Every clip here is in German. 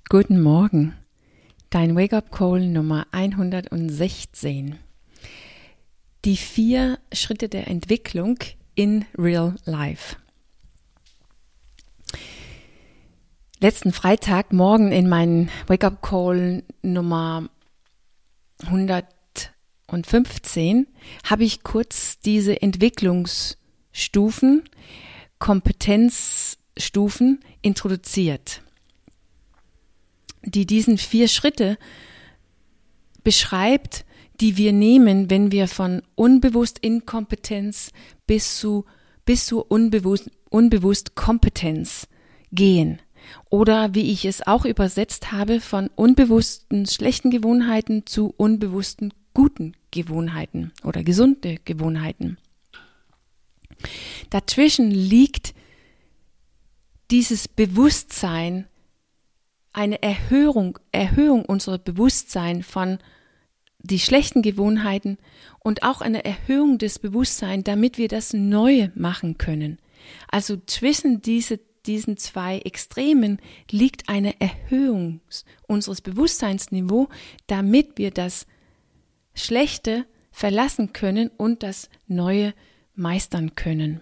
Guten Morgen, dein Wake-up-Call Nummer 116. Die 4 Schritte der Entwicklung in Real Life. Letzten Freitagmorgen in meinen Wake-up-Call Nummer 115 habe ich kurz diese Entwicklungsstufen, Kompetenzstufen introduziert, die diesen 4 Schritte beschreibt, die wir nehmen, wenn wir von unbewusst Inkompetenz bis zu unbewusst Kompetenz gehen. Oder wie ich es auch übersetzt habe, von unbewussten schlechten Gewohnheiten zu unbewussten guten Gewohnheiten oder gesunde Gewohnheiten. Dazwischen liegt dieses Bewusstsein, eine Erhöhung unserer Bewusstsein von die schlechten Gewohnheiten und auch eine Erhöhung des Bewusstseins, damit wir das Neue machen können. Also zwischen diesen 2 Extremen liegt eine Erhöhung unseres Bewusstseinsniveaus, damit wir das Schlechte verlassen können und das Neue meistern können.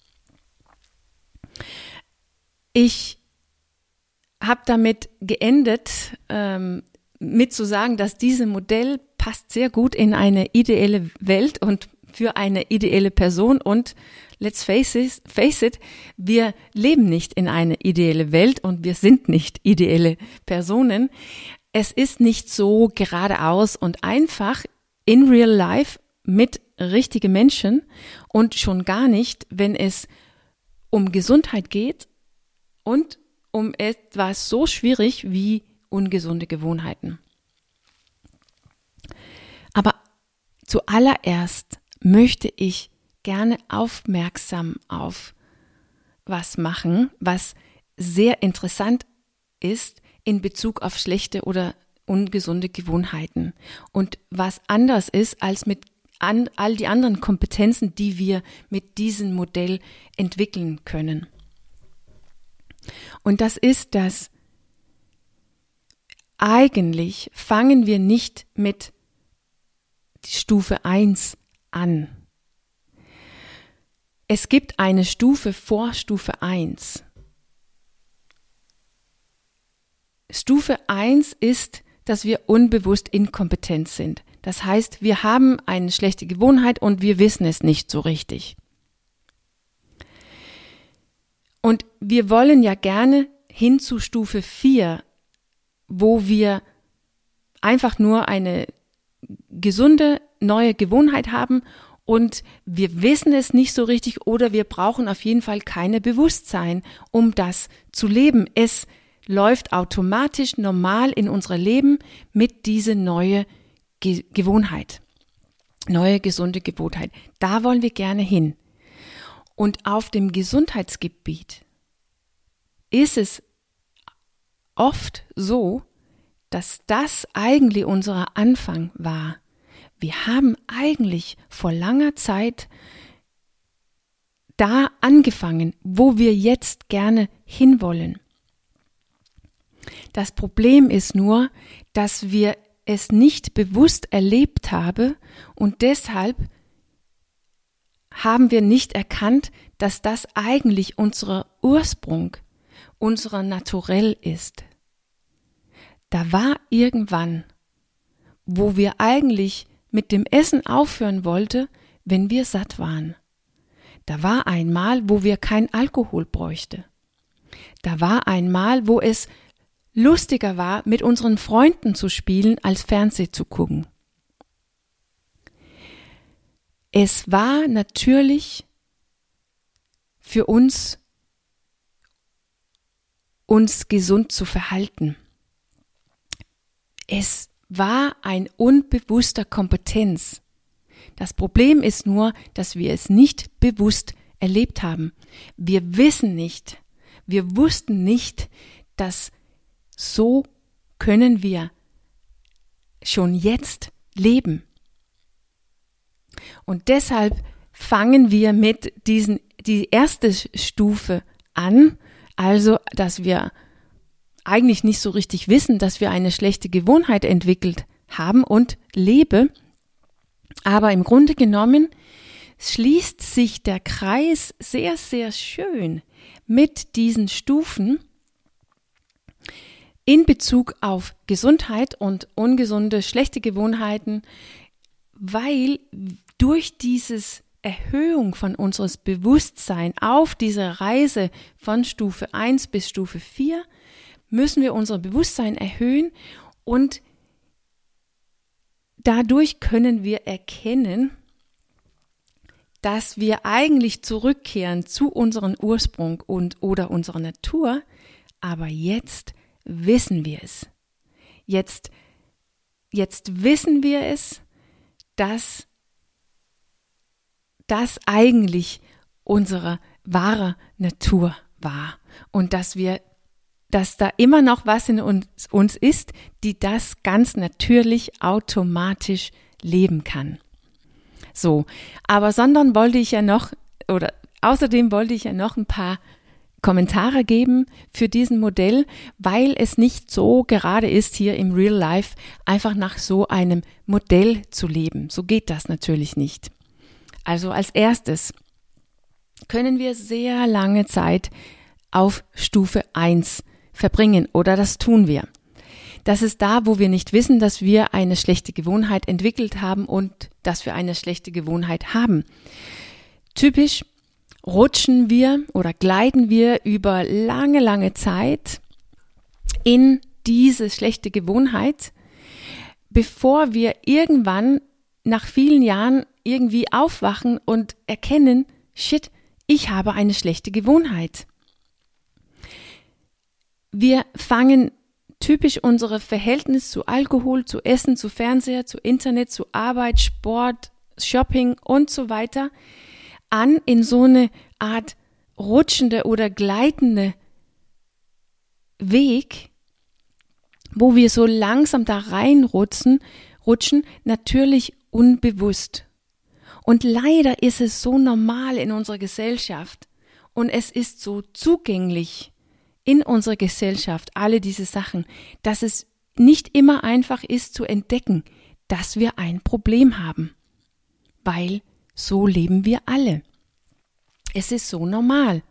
Ich habe damit geendet, mit zu sagen, dass dieses Modell passt sehr gut in eine ideelle Welt und für eine ideelle Person und let's face it, wir leben nicht in einer ideellen Welt und wir sind nicht ideelle Personen. Es ist nicht so geradeaus und einfach in real life mit richtigen Menschen und schon gar nicht, wenn es um Gesundheit geht und um etwas so schwierig wie ungesunde Gewohnheiten. Aber zuallererst möchte ich gerne aufmerksam auf was machen, was sehr interessant ist in Bezug auf schlechte oder ungesunde Gewohnheiten und was anders ist als mit all die anderen Kompetenzen, die wir mit diesem Modell entwickeln können. Und das ist, dass eigentlich fangen wir nicht mit Stufe 1 an. Es gibt eine Stufe vor Stufe 1. Stufe 1 ist, dass wir unbewusst inkompetent sind. Das heißt, wir haben eine schlechte Gewohnheit und wir wissen es nicht so richtig. Und wir wollen ja gerne hin zu Stufe 4, wo wir einfach nur eine gesunde neue Gewohnheit haben und wir wissen es nicht so richtig oder wir brauchen auf jeden Fall keine Bewusstsein, um das zu leben. Es läuft automatisch normal in unser Leben mit dieser neue Gewohnheit, neue gesunde Gewohnheit. Da wollen wir gerne hin. Und auf dem Gesundheitsgebiet ist es oft so, dass das eigentlich unser Anfang war. Wir haben eigentlich vor langer Zeit da angefangen, wo wir jetzt gerne hinwollen. Das Problem ist nur, dass wir es nicht bewusst erlebt haben und deshalb haben wir nicht erkannt, dass das eigentlich unser Ursprung, unser Naturell ist. Da war irgendwann, wo wir eigentlich mit dem Essen aufhören wollten, wenn wir satt waren. Da war einmal, wo wir kein Alkohol bräuchten. Da war einmal, wo es lustiger war, mit unseren Freunden zu spielen, als Fernsehen zu gucken. Es war natürlich für uns gesund zu verhalten. Es war ein unbewusster Kompetenz. Das Problem ist nur, dass wir es nicht bewusst erlebt haben. Wir wussten nicht, dass so können wir schon jetzt leben. Und deshalb fangen wir mit die erste Stufe an, also dass wir eigentlich nicht so richtig wissen, dass wir eine schlechte Gewohnheit entwickelt haben und lebe. Aber im Grunde genommen schließt sich der Kreis sehr, sehr schön mit diesen Stufen in Bezug auf Gesundheit und ungesunde, schlechte Gewohnheiten, weil durch dieses Erhöhung von unseres Bewusstseins auf dieser Reise von Stufe 1 bis Stufe 4 müssen wir unser Bewusstsein erhöhen und dadurch können wir erkennen, dass wir eigentlich zurückkehren zu unserem Ursprung oder unserer Natur, aber jetzt wissen wir es. Jetzt wissen wir es, dass das eigentlich unsere wahre Natur war und dass da immer noch was in uns ist, die das ganz natürlich automatisch leben kann. So, aber außerdem wollte ich ja noch ein paar Kommentare geben für diesen Modell, weil es nicht so gerade ist, hier im Real Life einfach nach so einem Modell zu leben. So geht das natürlich nicht. Also als erstes können wir sehr lange Zeit auf Stufe 1 verbringen oder das tun wir. Das ist da, wo wir nicht wissen, dass wir eine schlechte Gewohnheit entwickelt haben und dass wir eine schlechte Gewohnheit haben. Typisch rutschen wir oder gleiten wir über lange, lange Zeit in diese schlechte Gewohnheit, bevor wir irgendwann nach vielen Jahren irgendwie aufwachen und erkennen, shit, ich habe eine schlechte Gewohnheit. Wir fangen typisch unsere Verhältnis zu Alkohol, zu Essen, zu Fernseher, zu Internet, zu Arbeit, Sport, Shopping und so weiter an in so eine Art rutschende oder gleitende Weg, wo wir so langsam da rutschen, natürlich unbewusst. Und leider ist es so normal in unserer Gesellschaft und es ist so zugänglich in unserer Gesellschaft, alle diese Sachen, dass es nicht immer einfach ist zu entdecken, dass wir ein Problem haben, weil so leben wir alle. Es ist so normal.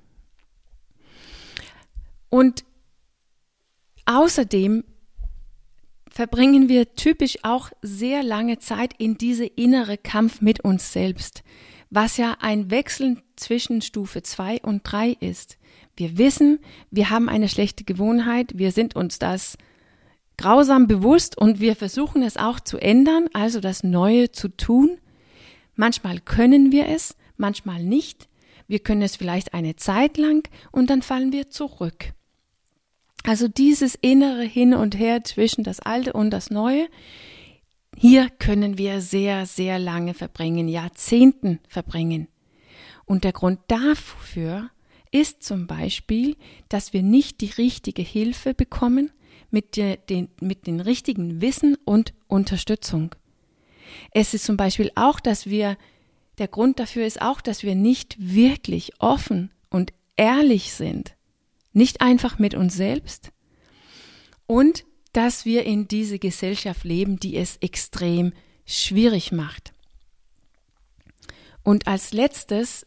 Und außerdem verbringen wir typisch auch sehr lange Zeit in diese innere Kampf mit uns selbst, was ja ein Wechsel zwischen Stufe 2 und 3 ist. Wir wissen, wir haben eine schlechte Gewohnheit, wir sind uns das grausam bewusst und wir versuchen es auch zu ändern, also das Neue zu tun. Manchmal können wir es, manchmal nicht. Wir können es vielleicht eine Zeit lang und dann fallen wir zurück. Also dieses innere Hin und Her zwischen das Alte und das Neue, hier können wir sehr, sehr lange verbringen, Jahrzehnten verbringen. Und der Grund dafür ist zum Beispiel, dass wir nicht die richtige Hilfe bekommen mit den richtigen Wissen und Unterstützung. Es ist zum Beispiel auch, der Grund dafür ist auch, dass wir nicht wirklich offen und ehrlich sind. Nicht einfach mit uns selbst und dass wir in diese Gesellschaft leben, die es extrem schwierig macht. Und als letztes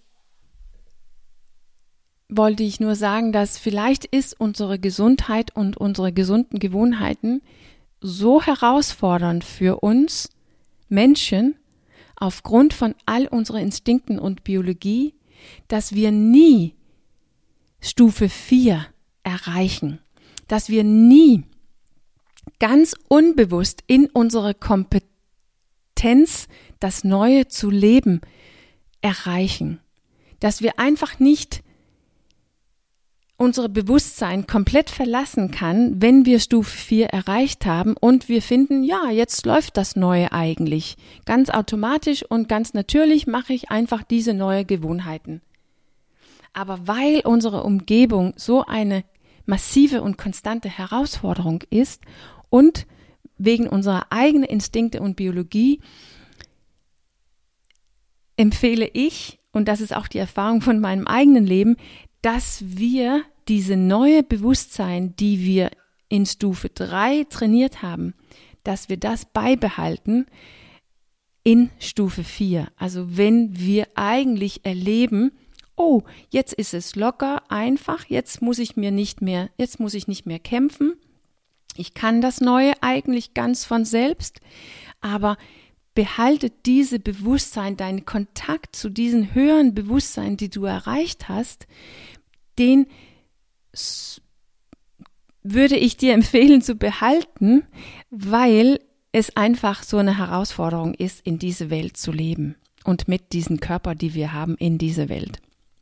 wollte ich nur sagen, dass vielleicht ist unsere Gesundheit und unsere gesunden Gewohnheiten so herausfordernd für uns Menschen aufgrund von all unseren Instinkten und Biologie, dass wir nie Stufe 4 erreichen, dass wir nie ganz unbewusst in unsere Kompetenz, das Neue zu leben, erreichen, dass wir einfach nicht unser Bewusstsein komplett verlassen kann, wenn wir Stufe 4 erreicht haben und wir finden, ja, jetzt läuft das Neue eigentlich. Ganz automatisch und ganz natürlich mache ich einfach diese neuen Gewohnheiten. Aber weil unsere Umgebung so eine massive und konstante Herausforderung ist und wegen unserer eigenen Instinkte und Biologie empfehle ich, und das ist auch die Erfahrung von meinem eigenen Leben, dass wir diese neue Bewusstsein, die wir in Stufe 3 trainiert haben, dass wir das beibehalten in Stufe 4. Also wenn wir eigentlich erleben, oh, jetzt ist es locker, einfach, jetzt muss ich nicht mehr kämpfen. Ich kann das Neue eigentlich ganz von selbst, aber behalte diese Bewusstsein, deinen Kontakt zu diesen höheren Bewusstsein, die du erreicht hast, den würde ich dir empfehlen zu behalten, weil es einfach so eine Herausforderung ist, in diese Welt zu leben und mit diesem Körper, die wir haben, in diese Welt.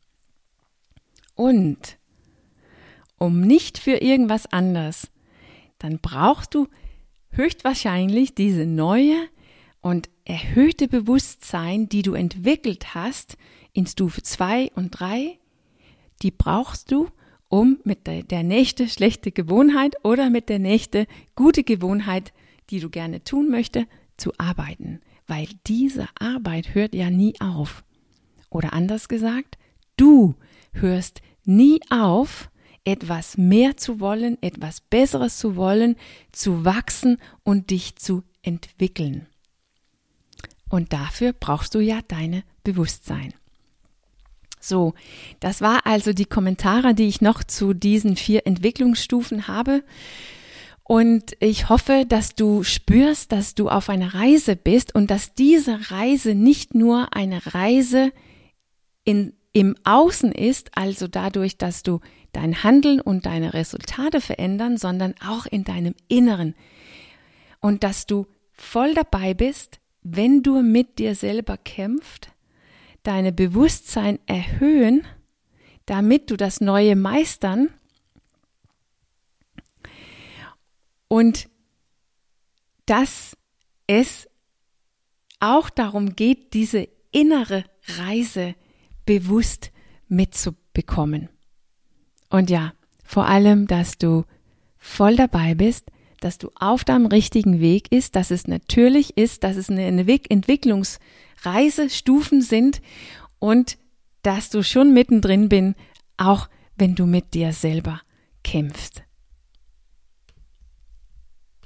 Und um nicht für irgendwas anderes, dann brauchst du höchstwahrscheinlich diese neue und erhöhte Bewusstsein, die du entwickelt hast in Stufe 2 und 3, die brauchst du, um mit der nächste schlechte Gewohnheit oder mit der nächste gute Gewohnheit, die du gerne tun möchtest, zu arbeiten. Weil diese Arbeit hört ja nie auf. Oder anders gesagt, du hörst nie auf, etwas mehr zu wollen, etwas Besseres zu wollen, zu wachsen und dich zu entwickeln. Und dafür brauchst du ja deine Bewusstsein. So, das war also die Kommentare, die ich noch zu diesen 4 Entwicklungsstufen habe. Und ich hoffe, dass du spürst, dass du auf einer Reise bist und dass diese Reise nicht nur eine Reise im Außen ist, also dadurch, dass du dein Handeln und deine Resultate verändern, sondern auch in deinem Inneren. Und dass du voll dabei bist, wenn du mit dir selber kämpfst, deine Bewusstsein erhöhen, damit du das Neue meistern und dass es auch darum geht, diese innere Reise bewusst mitzubekommen. Und ja, vor allem, dass du voll dabei bist, dass du auf deinem richtigen Weg ist, dass es natürlich ist, dass es eine Entwicklungsreisestufen sind und dass du schon mittendrin bist, auch wenn du mit dir selber kämpfst.